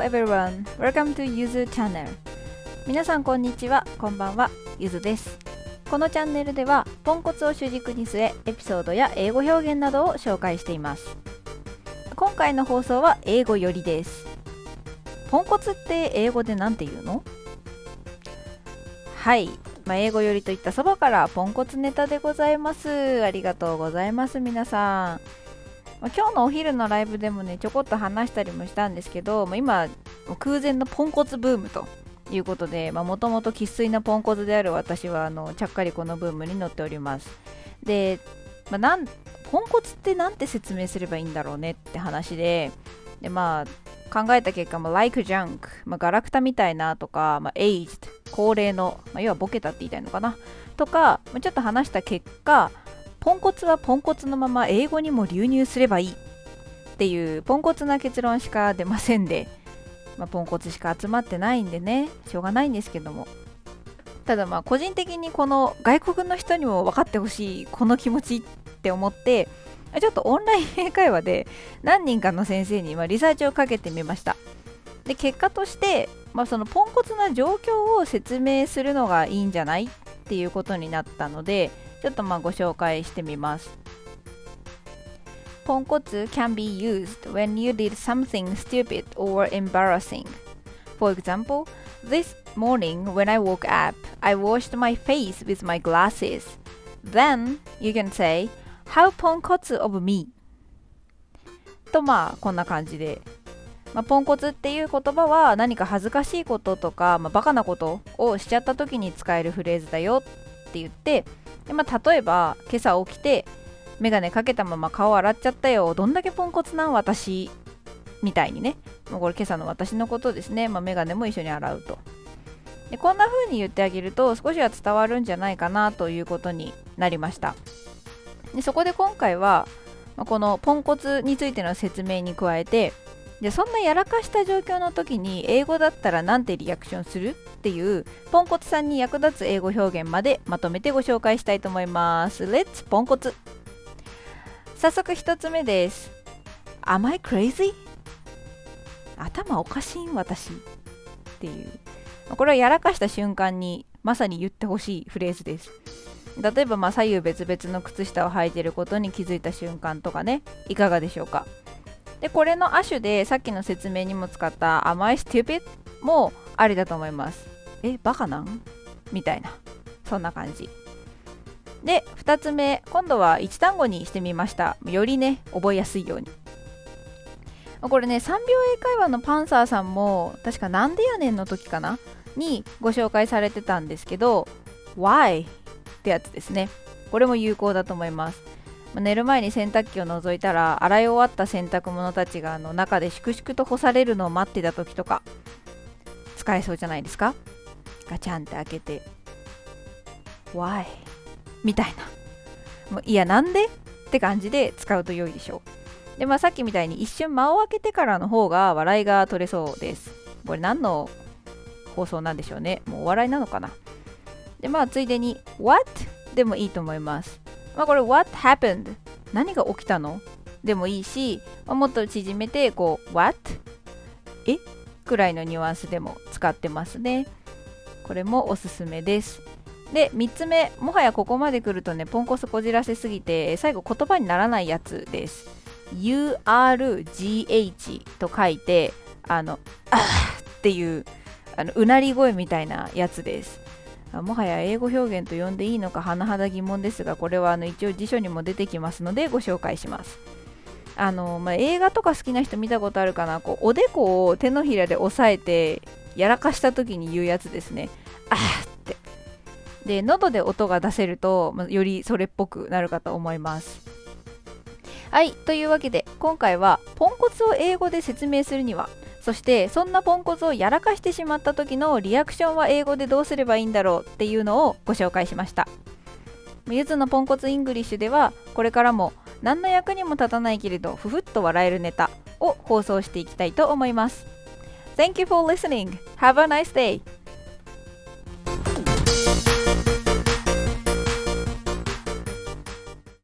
everyone, welcome to Yuzu Channel。 皆さんこんにちは、こんばんは、ゆずです。このチャンネルではポンコツを主軸に据え、エピソードや英語表現などを紹介しています。今回の放送は英語よりです。ポンコツって英語でなんて言うの？はい、英語よりといったそばからポンコツネタでございます。ありがとうございます皆さん。今日のお昼のライブでもねちょこっと話したりもしたんですけど、今空前のポンコツブームということで、もともと生粋なポンコツである私はちゃっかりこのブームに乗っております。で、ポンコツってなんて説明すればいいんだろうねって話で、考えた結果、like junk、ガラクタみたいなとか、aged、高齢の、要はボケたって言いたいのかなとか、ちょっと話した結果、ポンコツはポンコツのまま英語にも流入すればいいっていうポンコツな結論しか出ませんで、ポンコツしか集まってないんでね、しょうがないんですけども、ただ個人的にこの外国の人にも分かってほしいこの気持ちって思って、ちょっとオンライン英会話で何人かの先生にリサーチをかけてみました。で、結果として、そのポンコツな状況を説明するのがいいんじゃないっていうことになったので、ちょっとご紹介してみます。ポンコツ can be used when you did something stupid or embarrassing. For example, this morning when I woke up, I washed my face with my glasses. Then you can say, How ポンコツ of me? とこんな感じで、ポンコツっていう言葉は何か恥ずかしいこととか、バカなことをしちゃった時に使えるフレーズだよって言って、で例えば今朝起きてメガネかけたまま顔洗っちゃったよ、どんだけポンコツなん私みたいにね、これ今朝の私のことですね。メガネも一緒に洗うと。でこんな風に言ってあげると少しは伝わるんじゃないかなということになりました。でそこで今回はこのポンコツについての説明に加えて、でそんなやらかした状況の時に英語だったらなんてリアクションするっていうポンコツさんに役立つ英語表現までまとめてご紹介したいと思います。 Let's ポンコツ。早速一つ目です。 Am I crazy? 頭おかしいん私っていう、これはやらかした瞬間にまさに言ってほしいフレーズです。例えば左右別々の靴下を履いていることに気づいた瞬間とかね、いかがでしょうか。でこれの亜種でさっきの説明にも使った Am I stupid? もありだと思います。バカなんみたいな、そんな感じで、2つ目、今度は1単語にしてみました。よりね覚えやすいように。これね、3秒英会話のパンサーさんも確かなんでやねんの時かなにご紹介されてたんですけど、 Why ってやつですね。これも有効だと思います。寝る前に洗濯機を覗いたら洗い終わった洗濯物たちが中で粛々と干されるのを待ってた時とか使えそうじゃないですか。ガチャンって開けて Why みたいな、いやなんでって感じで使うと良いでしょう。でさっきみたいに一瞬間を空けてからの方が笑いが取れそうです。これ何の放送なんでしょうね。もうお笑いなのかな。でついでに What でもいいと思います。これ What happened? 何が起きたのでもいいし、もっと縮めてWhat? くらいのニュアンスでも使ってますね。これもおすすめです。で3つ目、もはやここまで来るとねポンコツこじらせすぎて最後言葉にならないやつです。 URGH と書いてっていううなり声みたいなやつです。もはや英語表現と呼んでいいのか甚だ疑問ですが、これは一応辞書にも出てきますのでご紹介します。映画とか好きな人見たことあるかな。おでこを手のひらで押さえてやらかした時に言うやつですね。ってで喉で音が出せるとよりそれっぽくなるかと思います。はい、というわけで今回はポンコツを英語で説明するには、そしてそんなポンコツをやらかしてしまった時のリアクションは英語でどうすればいいんだろうっていうのをご紹介しました。ゆずのポンコツイングリッシュではこれからも何の役にも立たないけれどふふっと笑えるネタを放送していきたいと思います。Thank you for listening. Have a nice day.